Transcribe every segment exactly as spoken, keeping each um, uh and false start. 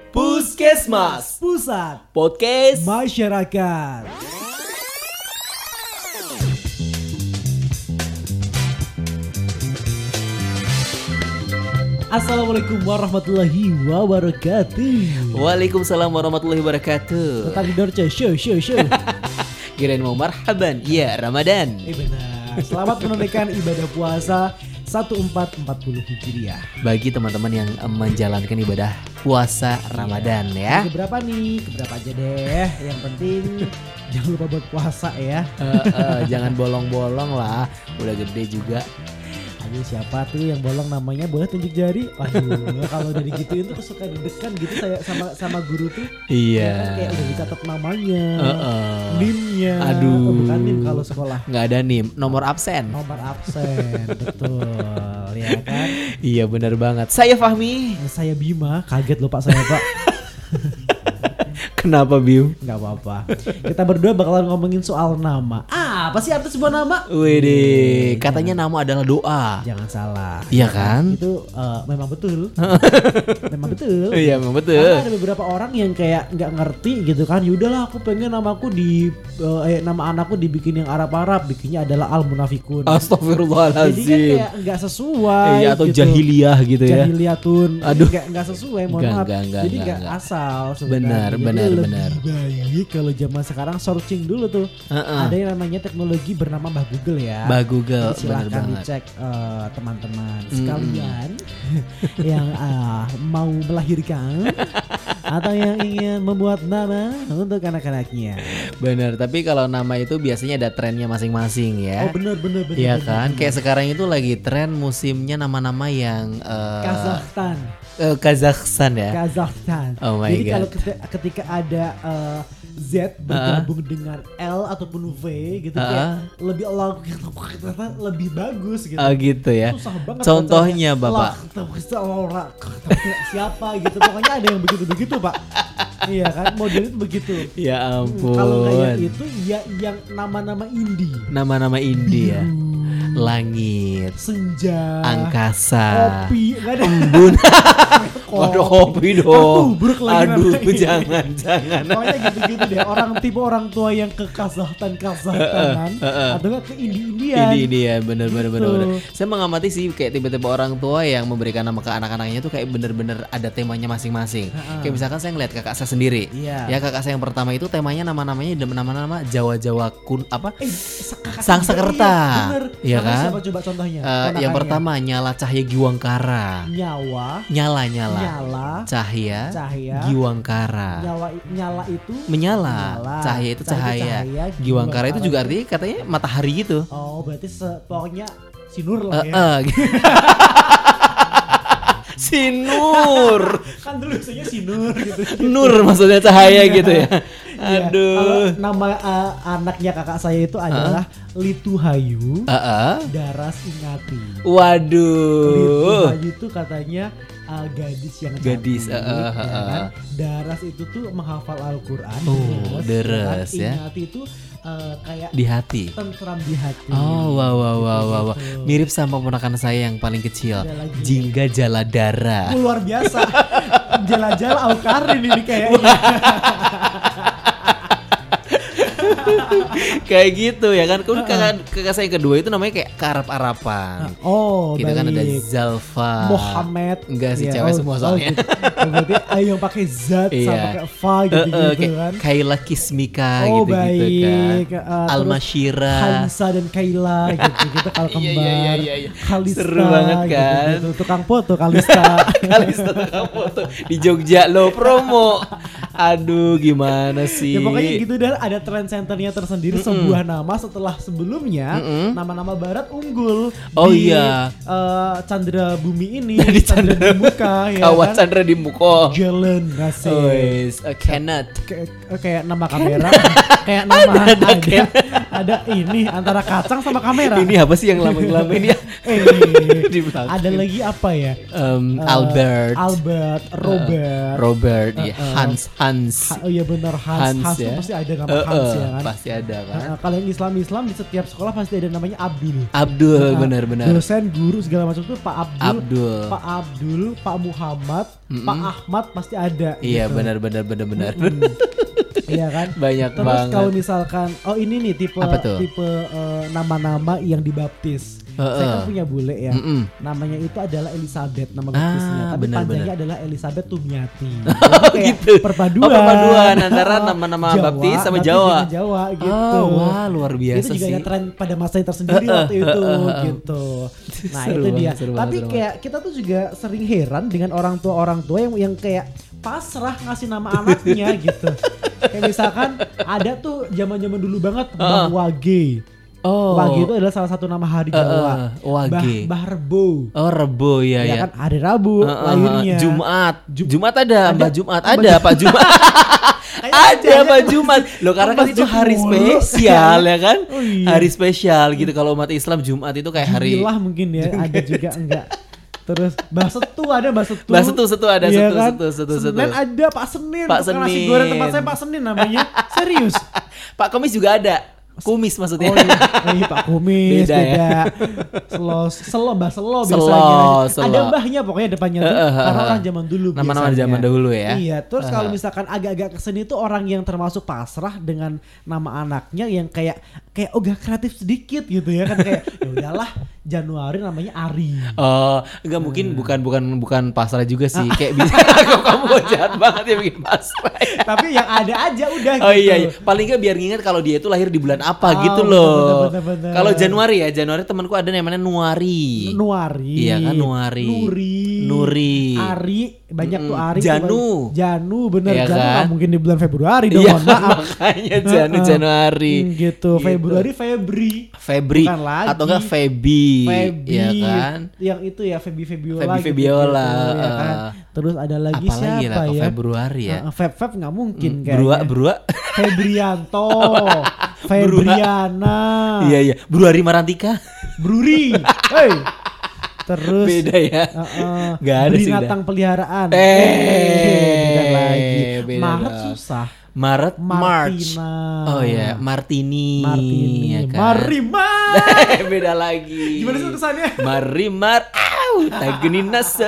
Puskesmas Pusat Podcast Masyarakat. Assalamualaikum warahmatullahi wabarakatuh. Waalaikumsalam warahmatullahi wabarakatuh. Tetap di Dorce Show Show Show. Kirain mau marhaban. Iya, Ramadan. Eh benar. Selamat menunaikan ibadah puasa seribu empat ratus empat puluh Hijriah. Bagi teman-teman yang menjalankan ibadah puasa Ramadan ya. Keberapa nih? Keberapa aja deh. Yang penting jangan lupa buat puasa ya. uh, uh, Jangan bolong-bolong lah. Udah gede juga. Aduh, siapa tuh yang bolong namanya, boleh tunjuk jari? Waduh, kalau dari gituin tuh suka deg-degan gitu saya sama sama guru tuh. Iya. Ya kan kayak udah dicatat namanya, uh-uh. nimnya. Aduh. Oh, bukan nim kalau sekolah. Nggak ada nim, nomor absen. Nomor absen, betul. Ya kan? Iya benar banget. Saya Fahmi. Saya Bima, kaget loh Pak saya Pak. Kenapa Bim? Gak apa-apa. Kita berdua bakalan ngomongin soal nama. Ah, apa sih arti sebuah nama? Widih, katanya nama adalah doa. Jangan salah. Iya kan? Itu uh, memang betul. Memang betul. Iya memang betul. Karena ada beberapa orang yang kayak nggak ngerti gitu kan. Yaudahlah aku pengen namaku di uh, eh, nama anakku dibikin yang Arab-Arab, bikinnya adalah Al Munafikun. Astagfirullahaladzim. Jadi kan kayak nggak sesuai. Iya, atau gitu. jahiliyah gitu ya. Jahiliyatun. Aduh. Nggak nggak sesuai. Mohon Enggak, maaf. enggak, enggak, Jadi enggak, nggak enggak. asal sebenarnya. Benar, Jadi benar, lebih benar. baik kalau zaman sekarang searching dulu tuh. Uh-uh. Ada yang namanya teknologi bernama Mbah Google ya. Mbah Google, Jadi benar silakan banget. dicek uh, teman-teman Mm. sekalian yang uh, mau melahirkan atau yang ingin membuat nama untuk anak-anaknya. Benar, tapi kalau nama itu biasanya ada trennya masing-masing ya. Oh benar benar benar. Iya benar, kan? benar. Kayak sekarang itu lagi tren musimnya nama-nama yang uh, Kazakhstan. uh, Kazakhstan ya. Kazakhstan. Oh my Jadi God. kalau ketika, ketika ada uh, Z bergabung dengan L ataupun V gitu Uh-uh. kayak lebih Allah lebih bagus gitu. Oh gitu ya. Susah banget Contohnya bacanya. Bapak. Lah, siapa gitu. Pokoknya ada yang begitu-begitu, Pak. Iya kan, model itu begitu. Ya Hmm, ampun. kalau kayak itu ya yang nama-nama indie. Nama-nama indie ya. Biru, Langit, senja, angkasa, kopi, enggak ada. embun. Waduh, kopi dong. Tubruk lagi Aduh, namanya. jangan, jangan. Pokoknya gitu-gitu deh. Orang tipe orang tua yang ke Kazakhstan Kazakhstanan Uh, uh, uh. atau enggak ke Indie-Indian. Ini ini ya bener-bener Gitu. bener-bener. Saya mengamati sih kayak tiba-tiba orang tua yang memberikan nama ke anak-anaknya tuh kayak bener-bener ada temanya masing-masing. Ha-ha. Kayak misalkan saya ngeliat kakak saya sendiri. Iya. Ya kakak saya yang pertama itu temanya nama-namanya nama-nama Jawa-Jawa kun apa? Eh, kakak Sang juga, Sakerta. iya, bener. Iya Namanya kan? Siapa coba contohnya? Eh, yang Ponakannya. pertama Nyala Cahya Giwangkara. Nyawa, Nyala nyala. nyala, Cahya, cahaya, Giwangkara. nyawa nyala itu Menyala. Menyala. Cahaya itu Cahaya, cahaya. cahaya, Giwangkara Giwangkara itu juga itu- artinya katanya matahari gitu. oh berarti se- pokoknya sinur lah Eh, ya. eh, gitu. Sinur. Kan dulu biasanya sinur gitu. Nur maksudnya cahaya Iya. gitu ya. Iya. Aduh. Kalau nama uh, anaknya kakak saya itu adalah Lituhayu Heeh. Daras Ingati. Waduh. Lituhayu itu katanya uh, gadis yang Gadis, cantik, uh, uh, ya uh. kan? Daras itu tuh menghafal Al-Qur'an. Oh, deres, kan? ya. Ingati itu uh, kayak Di hati. tentram di hati. Oh wow wow wow wow, wow. Gitu. Mirip sama ponakan saya yang paling kecil. Ada lagi. Jingga Jaladara. Oh, luar biasa. Jala-jala Aukarin ini kayaknya. Kayak gitu ya kan. Kemudian kakak, kakak saya yang kedua itu namanya kayak ke Arab-Araban. Oh, Kita kan ada baik. Zalfa. Muhammad. Enggak sih, Iya, cewek oh, semua oh, soalnya. gitu. Oh, berarti ah, yang pakai zat sama Iya. pakai fa gitu, Eh, eh, kayak kan. Kaila Kismika Oh, gitu-gitu baik. kan. Eh, terus Almasyira. Hansa dan Kaila gitu-gitu kalau Iya, kembar. iya, iya, iya, iya. Kalista, Seru banget kan. gitu-gitu. Tukang foto Kalista. Kali setelah foto di Jogja lo promo. Aduh gimana sih? Ya pokoknya gitu dan ada trend centernya tersendiri sebuah nama setelah sebelumnya Mm-mm. nama-nama barat unggul Oh di iya. eh, Chandra Bumi ini Di Chandra Chandra- di muka ya Kawat kan? Chandra di Muko. Jalan ngasih Oh, yes. uh, Kenneth. kayak, kayak nama kamera kayak nama ada Ken- Ada ini antara kacang sama kamera. Ini apa sih yang lama-lama ini ya? Eh, Di belakang. ada lagi apa ya? Um, Eh, Albert, Albert, Robert. Robert, ya, Eh, eh. Hans, Hans, Ha- oh iya benar Hans. Hans, Hans, tuh ya. pasti ada nama Eh, Hans eh, ya kan. pasti ada kan. Eh, eh, kalau yang Islam-Islam di setiap sekolah pasti ada namanya Abdul. Abdul, Eh, benar-benar. Dosen, guru segala macam tuh Pak Abdul, Abdul. Pak Abdul, Pak Muhammad, Pak Ahmad pasti ada. Iya, gitu. benar-benar, benar-benar. Iya kan? Banyak Terus banget. kalau misalkan oh ini nih tipe Apa tuh? tipe eh, nama-nama yang dibaptis. Heeh. Saya kan punya bule ya. Mm-mm. Namanya itu adalah Elizabeth nama Ah, baptisnya, tapi benar, panjangnya benar. adalah Elizabeth Tumiati. Jadi kayak gitu. perpaduan. Oh, perpaduan antara nama-nama Jawa, baptis sama baptis Jawa. dengan Jawa gitu. Oh, wah, luar biasa Itu juga sih. ada tren pada masanya tersendiri waktu itu gitu. Nah, Seru itu dia. banget, seru banget, Tapi seru kayak kita tuh juga sering heran dengan orang tua-orang tua yang yang kayak pasrah ngasih nama anaknya gitu. Kayak misalkan ada tuh zaman-zaman dulu banget Mbah Wage. Oh. Wage itu adalah salah satu nama hari Eh, Jawa. eh, Wage. Bah, Bah Rebo. Oh, Rebo ya Ya ya. kan hari Rabu Eh, eh, lahirnya. Jumat. Ju- Jumat ada, Ada. Mbak Jumat. Mbak Ada Pak Jumat. Kayaknya Ada aja Pak ke Jumat. Loh karena kan itu masjid hari mulu. spesial ya kan? Oh, iya. Hari spesial gitu kalau umat Islam Jumat itu kayak hari Jumilah mungkin ya, ada juga enggak. Terus Mbah Setu ada Mbah Setu. Mbah Setu, Setu ada, Iya Setu, kan? Setu, Setu, Setu. Senin ada Pak Senin. Pak Tukang nasi Senin. goreng tempat saya Pak Senin namanya. Serius. Pak Komis juga ada. Kumis maksudnya. Oh iya, oh, iya Pak Kumis Beda beda. ya. Selo, selo Mbah Selo Selo, biasanya. Selo. Ada mbahnya pokoknya depannya tuh. Eh, eh, Karena eh. orang zaman dulu Nama-nama biasanya. zaman dahulu ya. Iya, terus Eh, kalau eh. misalkan agak-agak kesini tuh orang yang termasuk pasrah dengan nama anaknya yang kayak kayak ogah kreatif sedikit gitu ya kan kayak ya udahlah Januari namanya Ari. Oh, enggak Hmm. mungkin bukan bukan bukan pasrah juga sih. Kayak bisa kok kamu kok jahat banget ya bikin pasrah. ya. Tapi yang ada aja udah Oh gitu. iya, iya, paling nggak biar nginget kalau dia itu lahir di bulan apa Oh, gitu bener, loh. bener, bener, bener. Kalau Januari ya, Januari temanku ada namanya Nuari. Nuari. Iya kan, Nuari. Nuri. Nuri. Ari, banyak tuh Mm-mm. Ari. Janu. Janu bener, Iya Janu kan? nggak mungkin di bulan Februari dong, Iya, mohon maaf. makanya Janu Heeh. Januari. Hmm, gitu. Februari Febri. Febri Bukan lagi. atau enggak Febi, Febi. ya kan? Yang itu ya Febi Febiola. Febi gitu, Febiola, gitu, ya kan? eh. Terus ada lagi Apalagi siapa lah ke ya? Februari ya. Heeh, Feb Feb nggak mungkin Hmm, kayaknya. Brua, Brua. Febrianto, Febriana, Iya iya, Bruari Marantika. Bruri. Hey. Terus Beda ya. uh, Nggak ada sih binatang peliharaan. Eh, beda lagi. beda Maret dong. susah. Maret, March. Martina. Oh ya, Martini. Martini. ya kan? Marimar. Beda lagi. Gimana sih tulisannya? Marimar. Au, tageni nasa.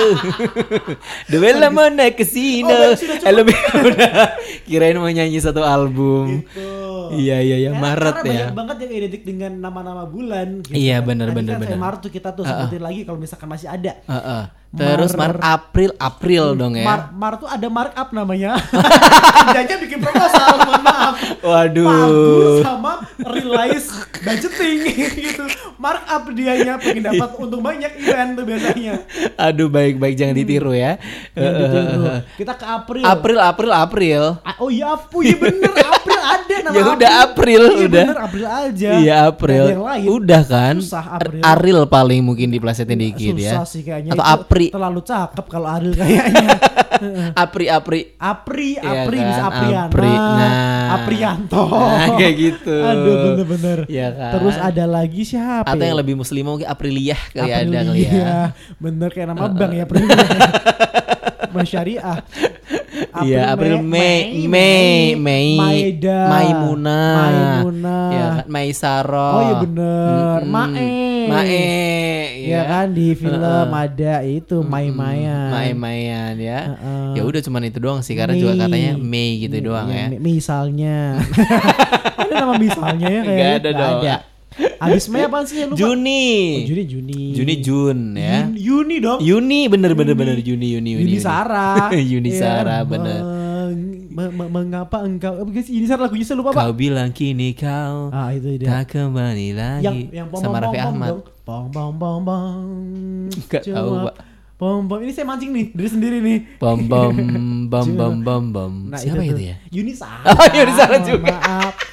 Dewela mana Oh, kesina. udah, sudah cukup. Eh, lebih udah. Kirain mau nyanyi satu album. Gitu. Iya iya iya, Karena- Maret karena ya. banyak banget yang identik dengan nama-nama bulan gitu. Iya, kan. benar, Tadi benar, kan saya benar. Maret tuh kita tuh sebutin lagi kalau misalkan masih ada. Heeh. Terus Mar- Maret, April, April dong ya. Mar, Mar tuh ada markup namanya. Kerjanya bikin proposal, mohon maaf. Waduh. Pagus sama realize budgeting gitu. Markup dianya pengen dapat untung banyak event tuh biasanya. Aduh, baik-baik jangan ditiru ya. Yang ditiru. Kita ke April. April, April, April. Ah, oh iya, Apu, iya bener April ada nama Ya udah, April, Iya udah. bener April aja. Iya, April. Nggak ada yang lain. Udah kan? Susah April. Aril paling mungkin diplesetin dikit ya. Susah sih kayaknya. Atau Itu Apri. Terlalu cakep kalau Ariel kayaknya. Apri, Apri. Apri, Iya Apri kan? bisa Apriana, Apri, nah. Aprianto. Nah, kayak gitu. Aduh bener-bener. Iya kan? Terus ada lagi siapa? Atau ya? yang lebih muslim mungkin Apriliah kali ada kali Aprilia. ya. Bener kayak nama bank ya Aprilia. Bank syariah. Iya, April, Mei, Mei, Mei, Maeda, Maimuna, Maimuna. ya kan, Maisaro. Oh iya bener, Mm-mm. Mae. Mae, Ya kan di film Heeh. ada itu Mai Mayan. Mai Mayan ya. Heeh. Ya udah cuman itu doang sih karena juga Mei. katanya Mei gitu doang ya. Mi- Misalnya. Ada nama misalnya ya kayaknya. Nggak ada dong. Abis Mei apaan sih? Lupa. Juni. Oh, Juni Juni. Juni Jun ya. Yun- Yuni dong. Yuni bener bener bener Juni Yuni Yuni. Yuni Sara. Yuni Iya Sara kan? bener. Meng- me- me- mengapa engkau? Apa sih Yuni Sara lagunya saya lupa Kau Pak. bilang kini kau Ah itu dia. tak kembali lagi Yang yang pom sama pom Raffi pom Ahmad. dong. Pom pom pom pom. Nggak tahu, Cuma Pak. Pom pom ini saya mancing nih dari sendiri nih. Bom bom bom bom bom bom. Nah, Siapa itu, itu tuh. ya? Yuni Sara. Oh, Yuni Sara juga. Maaf.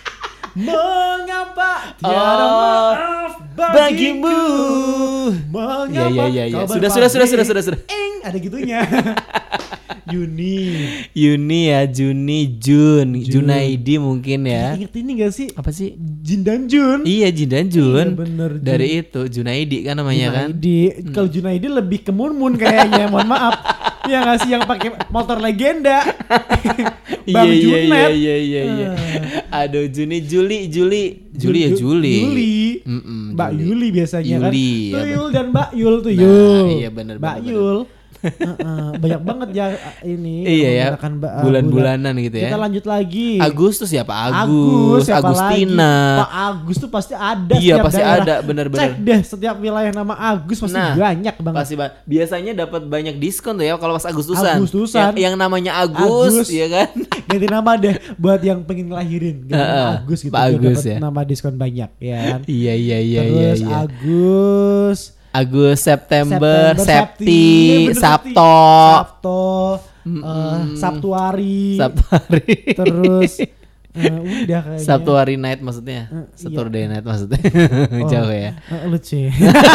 Mengapa tiada Oh, maaf bagimu? bagimu. Mengapa Ya, ya, ya, ya. kau Sudah, sudah, sudah, berpaling? sudah, sudah, sudah. Eng, ada gitunya. Yuni. Yuni ya, Juni, Jun, Jun. Junaidi mungkin ya. Ingat ini gak sih? Apa sih? Jin dan Jun. Iya, Jin dan Jun. Iya, bener, Jun. Dari itu Junaidi kan namanya kan. Junaidi. Kalau Junaidi lebih ke Mun-Mun kayaknya, mohon maaf. Iya gak sih yang pakai motor legenda. Bang Iya, iya, iya, Junet. iya, iya, iya. Aduh, Juni, Juli, Juli, Juli ya Ju- Juli. Juli. Mm-mm, Mbak Juli. Yuli biasanya kan. Yuli, ya, Tuyul dan Mbak Yul tuh Nah, Yul. iya, bener, Mbak bener, Yul. Heeh, banyak banget ya ini. Iya ya, menggunakan ba- uh, bulan-bulanan bulan. gitu ya. Kita lanjut lagi. Agustus ya Pak Agus, Agus, siapa Agustina. lagi? Pak Agus tuh pasti ada. Iya, setiap pasti daerah. ada, bener-bener. Cek deh setiap wilayah nama Agus pasti Nah, banyak banget. Pasti ba- biasanya dapat banyak diskon tuh ya kalau pas Agustusan. Agustusan. Yang, yang namanya Agus, Agus. ya kan? Ganti nama deh buat yang pengen ngelahirin. Ganti nama Heeh, Agus gitu. Pak biar Agus dapat ya. nama diskon banyak ya kan. Iya iya iya iya. Terus iya. Agus. Agus, September, September, Septi, Iya, bener, Septi. Sabto, Sabto, eh, Sabtuari, Sabtu hari. terus eh, udah kayaknya. Sabtu hari night maksudnya. Eh, iya. Saturday night maksudnya. Oh, Jauh ya. eh, lucu.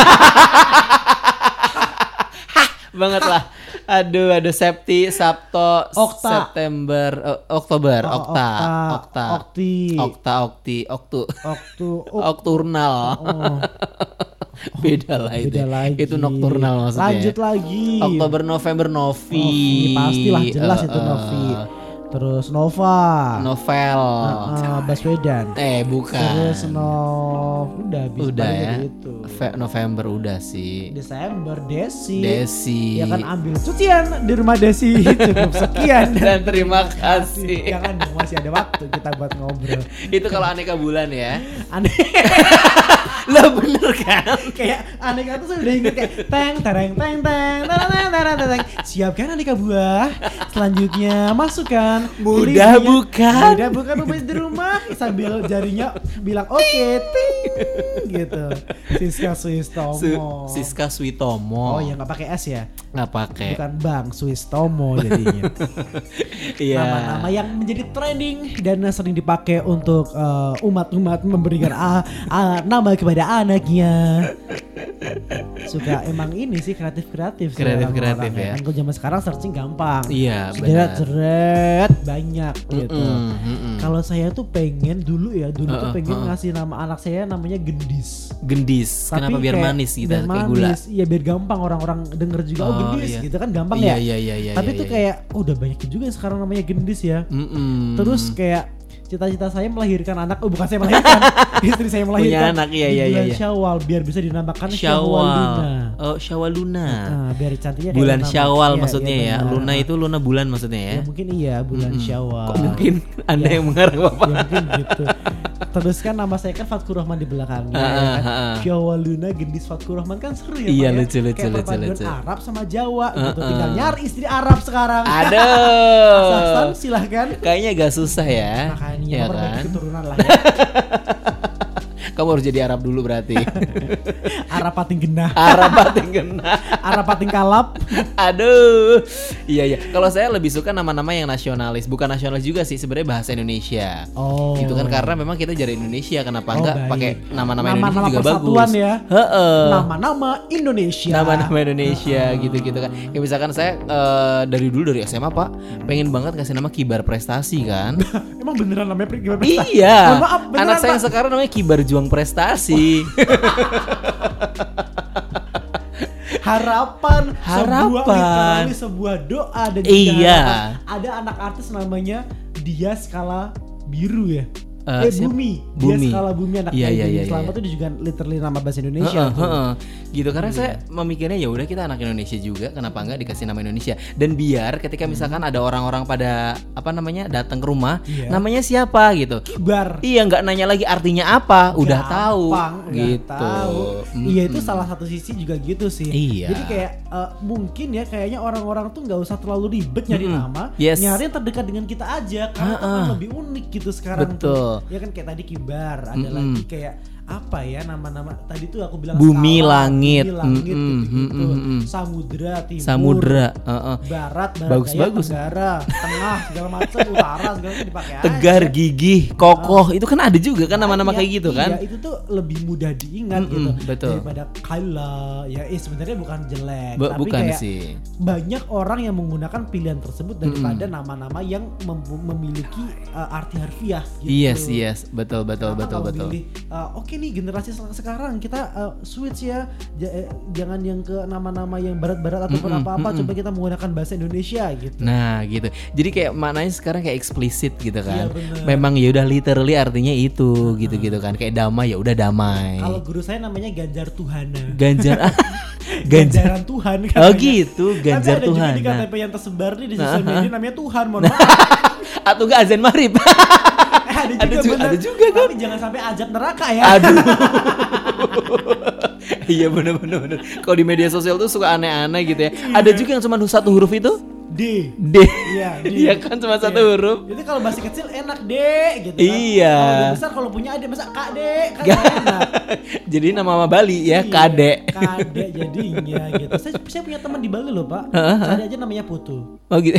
Banget lah. Aduh, aduh Septi, Sabto, Okta. September, eh, Oktober, Oh, Okta, Okta, Okta, Okti. Okta, Okti, Oktu, Waktu oh, Okturnal. oh, Beda lah itu. beda lagi. Itu nocturnal maksudnya. Lanjut lagi. Oktober, November, Novi. Novi, pastilah jelas Eh, itu eh, Novi. Terus Nova. Novel. Uh, Baswedan. Eh, bukan. Terus Nov udah habis Udah paling ya. dari itu. Fe- November udah sih. Desember Desi. Desi. Ya kan ambil cucian di rumah Desi. Cukup sekian Dan terima kasih. Jangan dong, masih ada waktu kita buat ngobrol. Itu kalau aneka bulan ya. Aneh. Lah bener kan? Kayak aneka tuh saya udah inget kayak teng tereng teng teng tereng tereng tereng tereng. Siapkan aneka buah. Selanjutnya masukkan. Mudah lidinya. bukan? Mudah bukan rumus di rumah sambil jarinya bilang oke ting gitu. Siska Swistomo. Su- Siska Switomo. Oh ya nggak pakai S ya? Nggak pakai. Bukan Bang Swistomo jadinya. Iya. Nama-nama yang menjadi trending dan sering dipakai untuk uh, umat-umat memberikan a- a- nama kepada anaknya. Suka emang ini sih kreatif-kreatif sih Kreatif-kreatif orang-orang ya. Kan kalau zaman sekarang searching gampang. Iya, Jeret-jeret banyak gitu. Mm-mm, mm-mm. Kalau saya tuh pengen dulu ya, dulu tuh Uh-uh, pengen uh-uh. ngasih nama anak saya namanya Gendis. Gendis. Kenapa biar kayak- manis gitu biar kayak gula? manis. Iya biar gampang orang-orang denger juga oh, Oh, Gendis iya. gitu kan gampang Iya, ya. iya, iya, iya, Tapi iya, tuh iya. kayak oh, udah banyak juga yang sekarang namanya Gendis ya. Mm-mm. Terus kayak cita-cita saya melahirkan anak, oh bukan saya melahirkan, istri saya melahirkan Punya anak, iya, di iya, bulan iya, iya. Syawal biar bisa dinamakan Syawal. Syawaluna. Oh, Syawaluna. Nah, biar cantiknya kayak Bulan nama- Syawal iya, maksudnya iya, ya. benar. Luna itu Luna bulan maksudnya ya. Ya mungkin iya bulan Mm-mm. Syawal. Kok mungkin Anda Ya. yang mengarang Bapak? Ya mungkin gitu. Terus kan nama saya kan Fatkur Rahman di belakangnya. Ah, ya kan? ah, ah. Syawaluna Gendis Fatkur Rahman kan seru ya. Iya, Pak, ya? lucu, lucu, Kayak lucu, perpaduan lucu. Arab sama Jawa gitu. Ah, Tinggal ah. nyari istri Arab sekarang. Aduh. Sasan silahkan. Kayaknya agak susah ya. Makanya Ya perbaiki kan? keturunan lah ya. Kamu harus jadi Arab dulu berarti. Arab pating genah. Arab pating kena. Arab pating kalap. Aduh. Iya iya. Kalau saya lebih suka nama-nama yang nasionalis. Bukan nasionalis juga sih, sebenarnya bahasa Indonesia. Oh. Itu kan karena memang kita dari Indonesia, kenapa Oh, enggak baik. pakai nama-nama Indonesia Nama-nama juga persatuan bagus. ya. Heeh. Nama-nama Indonesia. Nama-nama Indonesia gitu-gitu kan. Kayak misalkan saya eh, dari dulu dari S M A Pak, pengen banget kasih nama Kibar Prestasi kan. Emang beneran namanya Pri- Kibar Prestasi? Iya. Mohon maaf, beneran, Anak saya yang Pak. sekarang namanya Kibar Juang Prestasi. Harapan, sebuah Harapan. literally sebuah doa dan juga Iya. harapan. Ada anak artis namanya Dia Skala Biru ya. Eh, eh siap- Bumi. Bumi. Dia Skala Bumi anak Iya, iya, iya, Selamat iya. itu juga literally nama bahasa Indonesia. Heeh, tuh. heeh. Gitu karena saya memikirnya ya udah kita anak Indonesia juga, kenapa enggak dikasih nama Indonesia, dan biar ketika misalkan ada orang-orang pada apa namanya datang ke rumah, Iya. namanya siapa gitu. Kibar. Iya, nggak nanya lagi artinya apa, udah tahu Gampang, udah gitu. tahu. Mm-mm. Iya itu salah satu sisi juga gitu sih. Iya. Jadi kayak eh, mungkin ya kayaknya orang-orang tuh nggak usah terlalu ribet nyari Mm-mm. nama, Yes. nyari yang terdekat dengan kita aja karena itu kan Ha-ha. lebih unik gitu sekarang Betul. tuh. Ya kan kayak tadi Kibar, ada Mm-mm. lagi kayak apa ya nama-nama tadi tuh aku bilang Bumi, skala, langit, bumi, langit mm, gitu, mm, mm, mm. samudra, timur, Samudra, uh-uh. barat, barat Bagus, daya, bagus. tenggara, tengah, segala macam, utara, segala macam dipakai aja. Tegar, gigih, kokoh, itu kan ada juga kan nama-nama Iya, kayak gitu kan? Iya, itu tuh lebih mudah diingat Mm-mm, gitu betul. daripada Kala. Ya, eh sebenarnya bukan jelek, Be- tapi bukan kayak sih. banyak orang yang menggunakan pilihan tersebut daripada nama-nama yang mem- memiliki uh, arti harfiah gitu. Yes, yes, betul, betul, Kenapa betul, kamu betul. pilih, uh, oke nih generasi se- sekarang kita uh, switch ya, J- eh, jangan yang ke nama-nama yang barat-barat ataupun Mm-mm, apa-apa, mm-mm. coba kita menggunakan bahasa Indonesia gitu. Nah, gitu. Jadi kayak maknanya sekarang kayak eksplisit gitu kan. Iya, bener. Memang ya udah literally artinya itu, gitu-gitu kan. Kayak damai ya udah damai. Kalau guru saya namanya Ganjar Tuhana. Ganjar Ganjar. Ganjaran Tuhan Oh katanya. gitu, Ganjar Tapi ada Tuhan. juga di K T P yang tersebar nih di sosial media namanya Tuhan, mohon maaf. Atau enggak azan maghrib. Eh, ada juga, Ada juga- bener. ada juga kan? Tapi jangan sampai azab neraka ya. Aduh. Iya bener-bener bener. Kalau di media sosial tuh suka aneh-aneh gitu ya. Ada juga yang cuma satu huruf itu D. D. Iya, D. Iya kan cuma satu Iya. huruf. Jadi kalau masih kecil enak D gitu kan. Iya. Kalau udah besar kalau punya adik masa Kak D kan nggak enak. Jadi nama nama Bali ya, Iya, Kadek. Kadek jadinya gitu. Saya, saya punya teman di Bali loh, Pak. Cari aja namanya Putu. Oh gitu.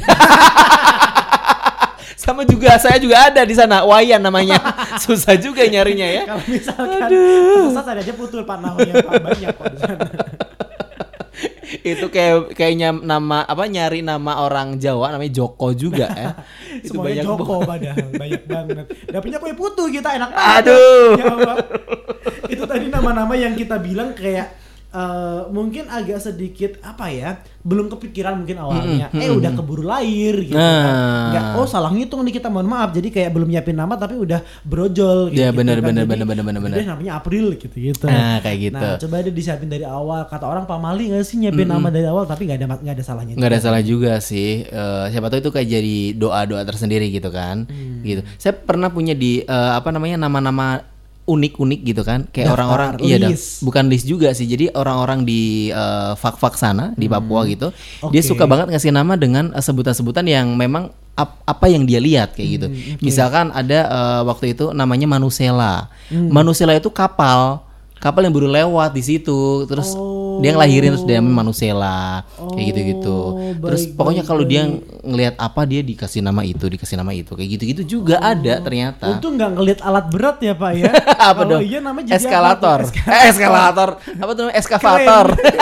Sama juga saya juga ada di sana, Wayan namanya. Susah juga nyarinya ya. Kalau misalkan susah cari aja Putu, Pak, namanya Pak, banyak Pak di sana. Itu kayak kayaknya nama apa nyari nama orang Jawa namanya Joko juga ya. Itu Semuanya banyak Joko banget. padahal banyak banget. Gak punya kue putu kita enak banget. Aduh. Ya Allah. Itu tadi nama-nama yang kita bilang kayak eh, mungkin agak sedikit apa ya, belum kepikiran mungkin awalnya. Mm-mm, eh mm-mm. udah keburu lahir gitu Nah. kan. Nggak, oh salah ngitung nih kita, mohon maaf. Jadi kayak belum nyiapin nama tapi udah brojol gitu. Ya, gitu benar, kan. benar, Jadi, benar, benar, benar, benar. udah namanya April gitu-gitu. Nah, kayak gitu. Nah, coba deh disiapin dari awal. Kata orang pamali nggak sih nyiapin nama dari awal, tapi nggak ada nggak ada salahnya. Nggak ada juga. salah juga sih. Eh, siapa tahu itu kayak jadi doa-doa tersendiri gitu kan. Hmm. Gitu. Saya pernah punya di eh, apa namanya nama-nama unik-unik gitu kan. Kayak Daftar, orang-orang iya dah, list. bukan list juga sih. Jadi orang-orang di eh, fak-fak sana di Papua gitu. Dia Oke. suka banget ngasih nama dengan eh, sebutan-sebutan yang memang ap- apa yang dia lihat kayak gitu. Misalkan ada eh, waktu itu namanya Manusela. Manusela itu kapal. Kapal yang baru lewat di situ, terus Oh. dia ngelahirin terus dia namanya Manusela, kayak gitu-gitu. Oh, Terus baik, pokoknya baik, kalau dia baik. ngelihat apa dia dikasih nama itu, dikasih nama itu, kayak gitu-gitu juga ada ternyata. Untung nggak ngeliat alat berat ya Pak ya. Apa Kalau dong? iya namanya jadi Eskalator. apa tuh? Eh, eskalator. Apa tuh namanya? Eskavator.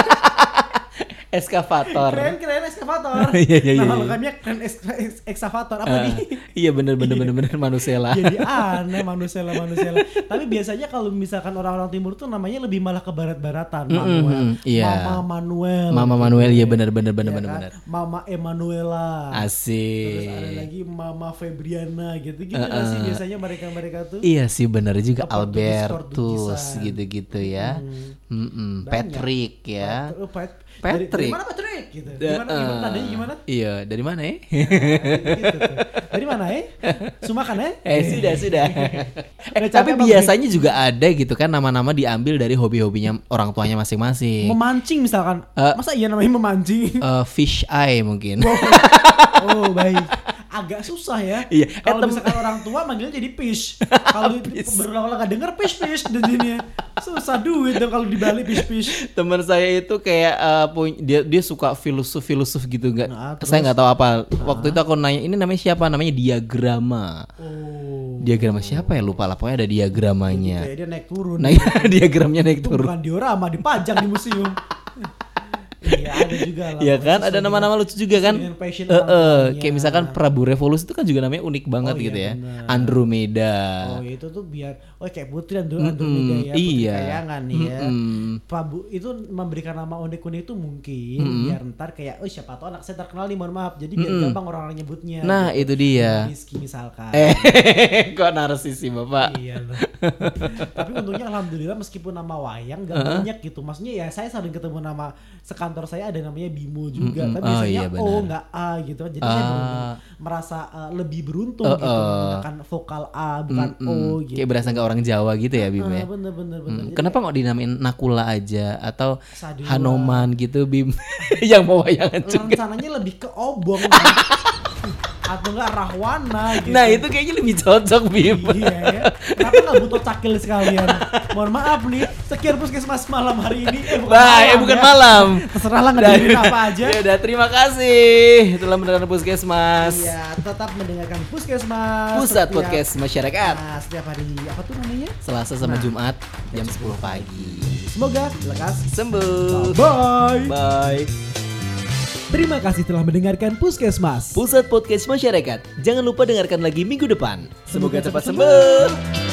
Eskavator. Keren keren eskavator. Iya, iya, iya, Nama iya. lengkapnya keren eks- eks- ekskavator apa Ah, nih? iya bener bener bener bener Manusela. Jadi aneh manusia manusia. Tapi biasanya kalau misalkan orang-orang timur tuh namanya lebih malah ke barat-baratan. Mm, Manuel, mm, mm, iya. Mama Manuel. Mama Manuel iya bener bener bener Iya bener kan? bener. Mama Emanuela. Terus ada Asik. lagi Mama Febriana gitu-gitu nggak sih biasanya mereka-mereka tuh. Iya sih bener juga Apa, Albertus Portugisan. gitu-gitu ya. Mm-mm. Banyak. Patrick ya. Oh, Pat- Patrick. Dari, dari mana Patrick gitu. Gimana Eh, gimana nadanya gimana? Iya, dari mana ya? Gitu tuh. Dari mana eh? Sumakan eh? eh sudah sudah. Udah eh, tapi capek apa, biasanya juga ada gitu kan nama-nama diambil dari hobi-hobinya orang tuanya masing-masing. Memancing misalkan. Eh. Masa iya namanya memancing? Eh, fish eye mungkin. Oh baik. Agak susah ya. Iya. Kalau Eh, tem- misalkan orang tua manggilnya jadi fish. Kalau berulang-ulang gak denger fish fish dan jadinya susah duit dong kalau dibalik fish fish. Teman saya itu kayak eh, punya dia dia suka filosof-filosof gitu nggak? Nah, terus? Saya nggak tahu apa. Waktu itu aku nanya ini namanya siapa? Namanya diagrama. Oh. Diagrama siapa ya lupa lah. Pokoknya ada diagramanya. Kayak dia naik turun. Nah, diagramnya naik Itu turun. bukan diorama, dipajang di museum. Iya ada juga lah. Iya kan, ada Sesuai nama-nama lucu juga kan. dengan passion Eh, orang eh, tuanya. kayak misalkan Prabu Revolusi itu kan juga namanya unik banget Oh, gitu iya, ya. benar. Andromeda. Oh itu tuh biar oh kayak Putri Andro Andromeda ya, Putri iya. Kayangan nih ya. Mm-mm. Prabu itu memberikan nama unik-unik itu mungkin biar ntar kayak oh siapa tahu anak saya terkenal nih, mohon maaf. Jadi biar gampang orang-orang nyebutnya. Nah, gitu. itu dia. Rizky misalkan. Eh, kok narsis sih Bapak? Iya loh. Tapi untungnya alhamdulillah meskipun nama wayang gak banyak gitu. Maksudnya ya saya sering ketemu nama sekantor saya ada namanya Bimo juga. Mm-mm. Tapi Oh, biasanya iya, O benar. nggak A gitu. Jadi saya Ah. beruntung, merasa uh, lebih beruntung Uh, gitu uh. menggunakan vokal A bukan Mm-mm. O gitu. Kayak berasa nggak orang Jawa gitu ya Bim Ah, ya. bener bener bener. Hmm, Jadi Kenapa nggak dinamain Nakula aja atau Sadila. Hanoman gitu Bim yang mau wayangan juga. rencananya lebih ke obong kan? Atau enggak Rahwana gitu. Nah itu kayaknya lebih cocok Bim. Iya ya. Kenapa nggak butuh cakil sekalian? Mohon maaf nih, sekian puskesmas malam hari ini. Eh bukan Bah, malam, eh bukan ya. malam. Terserah lah ngedengerin apa aja. Ya udah, terima kasih telah mendengarkan Puskesmas. Iya, tetap mendengarkan Puskesmas. Pusat setiap- Podcast Masyarakat. Nah, setiap hari apa tuh namanya? Selasa sama Nah, Jumat jam sepuluh pagi. Semoga lekas Sembuh. Bye. Bye. Terima kasih telah mendengarkan Puskesmas. Pusat Podcast Masyarakat. Jangan lupa dengarkan lagi minggu depan. Semoga Semoga cepat cepat sembuh.